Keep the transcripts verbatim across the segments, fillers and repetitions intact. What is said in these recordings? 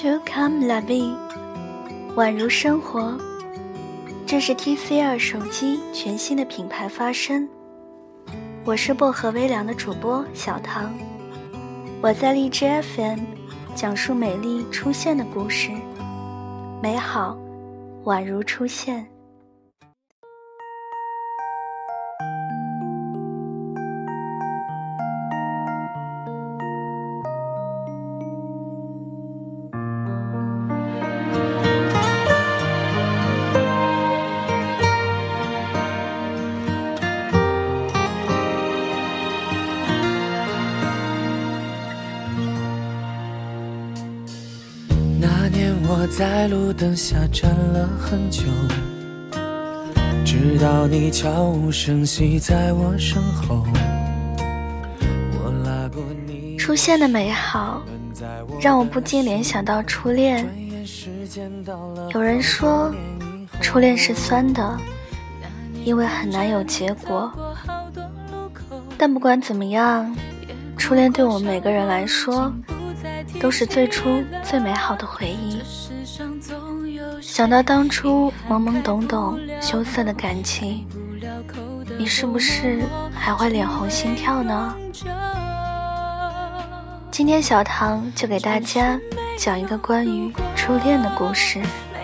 to come la vie， 宛如生活。这是 T C L 手机全新的品牌发声，我是薄荷微凉的主播小唐，我在荔枝 F M 讲述美丽出现的故事，美好宛如出现。 我在路灯下站了很久，直到你悄无声息在我身后。我拉过你出现的美好让我不禁联想到初恋。有人说初恋是酸的，因为很难有结果。但不管怎么样，初恋对我们每个人来说都是最初最美好的回忆。想到当初懵懵懂懂羞涩的感情，你是不是还会脸红心跳呢？今天小唐就给大家讲一个关于初恋的故事。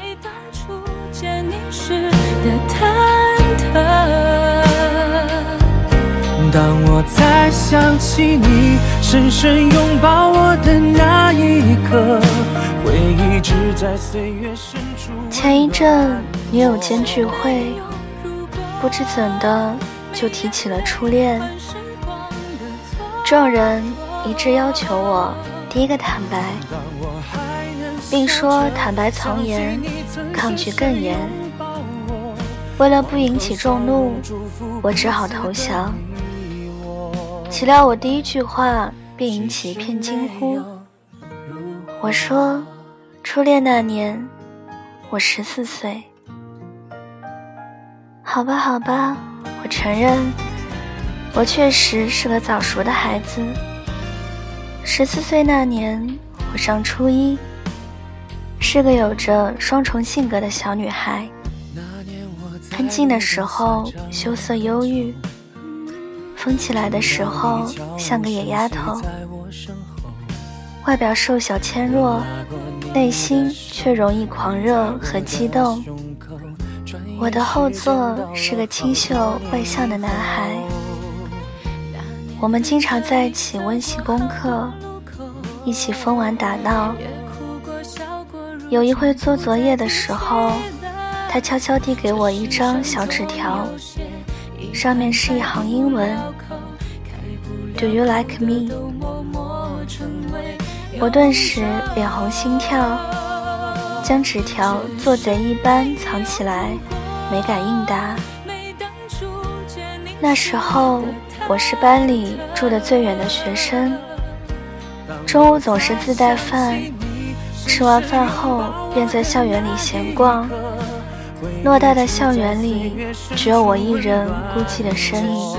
当我再想起你深深拥抱我的那一刻，回忆只在岁月深处。 前一阵女友间聚会，不知怎的就提起了初恋。众人一致要求我第一个坦白，并说坦白从严，抗拒更严。为了不引起众怒，我只好投降。岂料我第一句话便引起一片惊呼。我说初恋那年我十四岁。好吧好吧，我承认我确实是个早熟的孩子。十四岁那年我上初一，是个有着双重性格的小女孩。安静的时候羞涩忧郁，疯起来的时候像个野丫头，外表瘦小纤弱，内心却容易狂热和激动。我的后座是个清秀外向的男孩，我们经常在一起温习功课，一起疯玩打闹。有一回做作业的时候，他悄悄地给我一张小纸条，上面是一行英文 Do you like me？ 我顿时脸红心跳，将纸条做贼一般藏起来，没敢应答。那时候我是班里住得最远的学生，中午总是自带饭，吃完饭后便在校园里闲逛。偌大的校园里只有我一人孤寂的身影，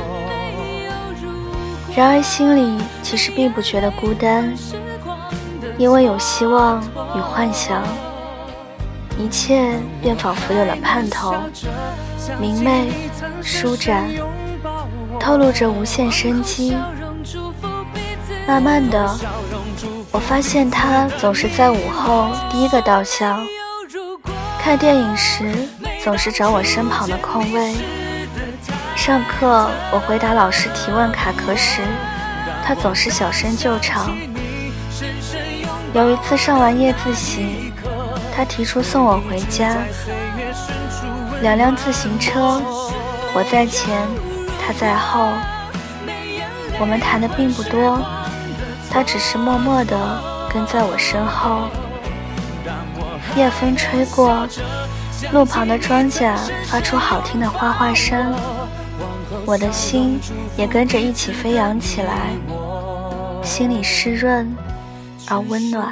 然而心里其实并不觉得孤单，因为有希望与幻想，一切便仿佛有了盼头，明媚舒展，透露着无限生机。慢慢的，我发现他总是在午后第一个到校，看电影时总是找我身旁的空位，上课我回答老师提问卡壳时，他总是小声救场。有一次上完夜自习，他提出送我回家，两辆自行车，我在前，他在后。我们谈的并不多，他只是默默地跟在我身后。夜风吹过，路旁的庄稼发出好听的哗哗声，我的心也跟着一起飞扬起来，心里湿润而温暖。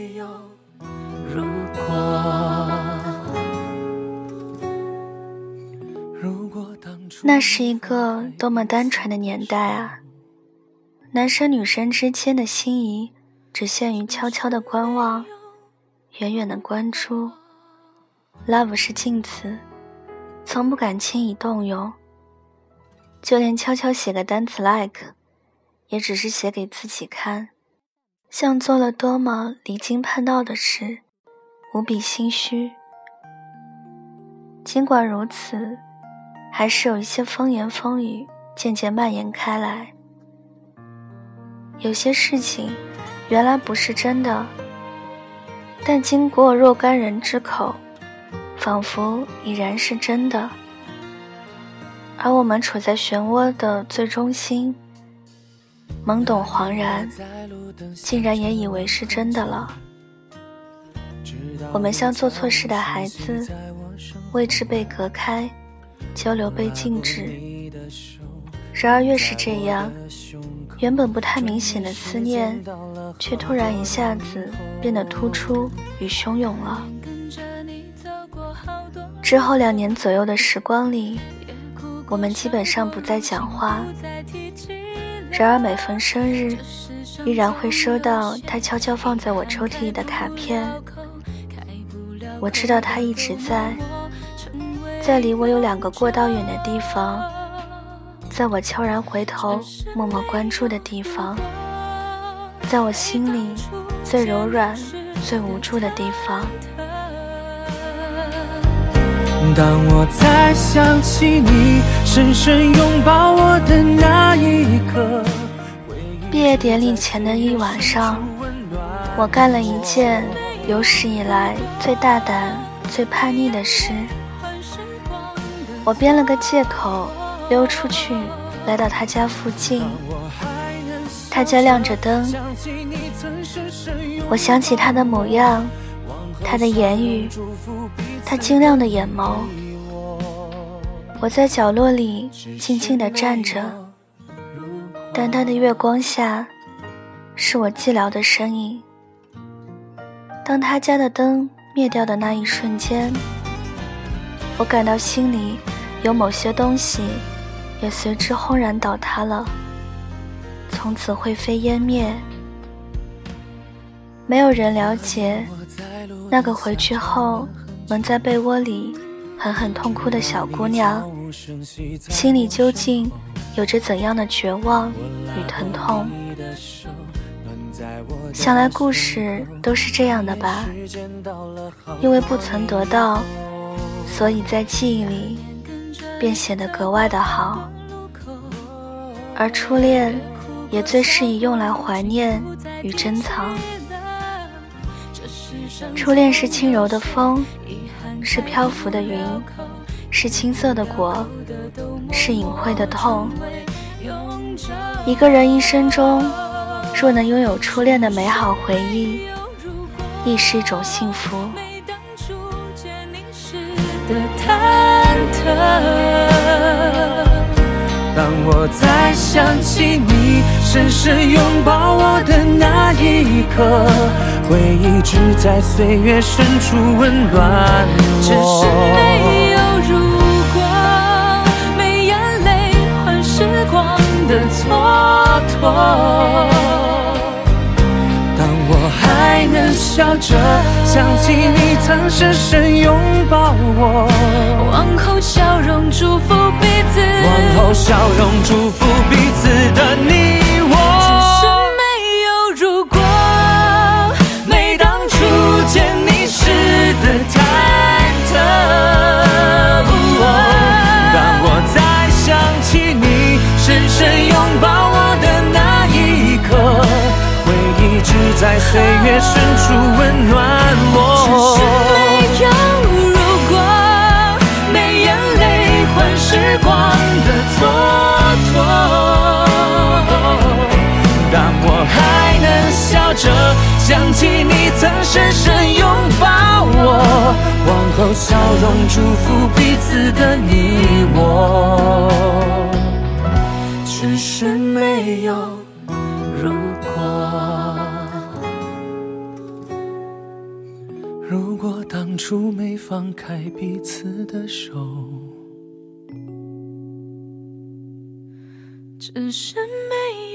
那是一个多么单纯的年代啊！男生女生之间的心仪只限于悄悄的观望， 远远的关注。 Love 是镜子，从不敢轻易动用，就连悄悄写个单词 like 也只是写给自己看，像做了多么离经叛道的事，无比心虚。尽管如此，还是有一些风言风语渐渐蔓延开来。有些事情原来不是真的，但经过若干人之口，仿佛已然是真的。而我们处在漩涡的最中心，懵懂恍然，竟然也以为是真的了。我们像做错事的孩子，位置被隔开，交流被禁止。然而越是这样，原本不太明显的思念，却突然一下子变得突出与汹涌了。之后两年左右的时光里，我们基本上不再讲话，然而每逢生日，依然会收到他悄悄放在我抽屉里的卡片。我知道他一直在，在离我有两个过道远的地方，在我悄然回头默默关注的地方，在我心里最柔软最无助的地方。 当我再想起你深深拥抱我的那一刻， 毕业典礼前的一晚上，我干了一件有史以来最大胆最叛逆的事。我编了个借口溜出去，来到他家附近。他家亮着灯，我想起他的模样，他的言语，他晶亮的眼眸。我在角落里静静地站着，淡淡的月光下，是我寂寥的身影。当他家的灯灭掉的那一瞬间，我感到心里有某些东西也随之轰然倒塌了，从此灰飞烟灭。没有人了解那个回去后蒙在被窝里狠狠痛哭的小姑娘，心里究竟有着怎样的绝望与疼痛。想来故事都是这样的吧，因为不曾得到，所以在记忆里便显得格外的好。而初恋也最适宜用来怀念与珍藏。初恋是轻柔的风，是漂浮的云，是青涩的果，是隐晦的痛。一个人一生中若能拥有初恋的美好回忆，亦是一种幸福。 当我再想起你深深拥抱我的那一刻，回忆只在岁月深处温暖我。 只是没有如果，没眼泪换时光的蹉跎。 当我还能笑着想起你曾深深拥抱我， 往后笑容祝福彼此， 往后笑容祝福彼此的你我。 只是没有如果，没当初见你时的忐忑。 当我再想起你深深拥抱我的那一刻，回忆只在岁月深处温暖我。 只是没有如果，没眼泪换时光的蹉跎。 当我还能笑着想起你曾深深拥抱我，往后笑容祝福彼此的你我。只是没有如果，如果当初没放开彼此的手， 只是没有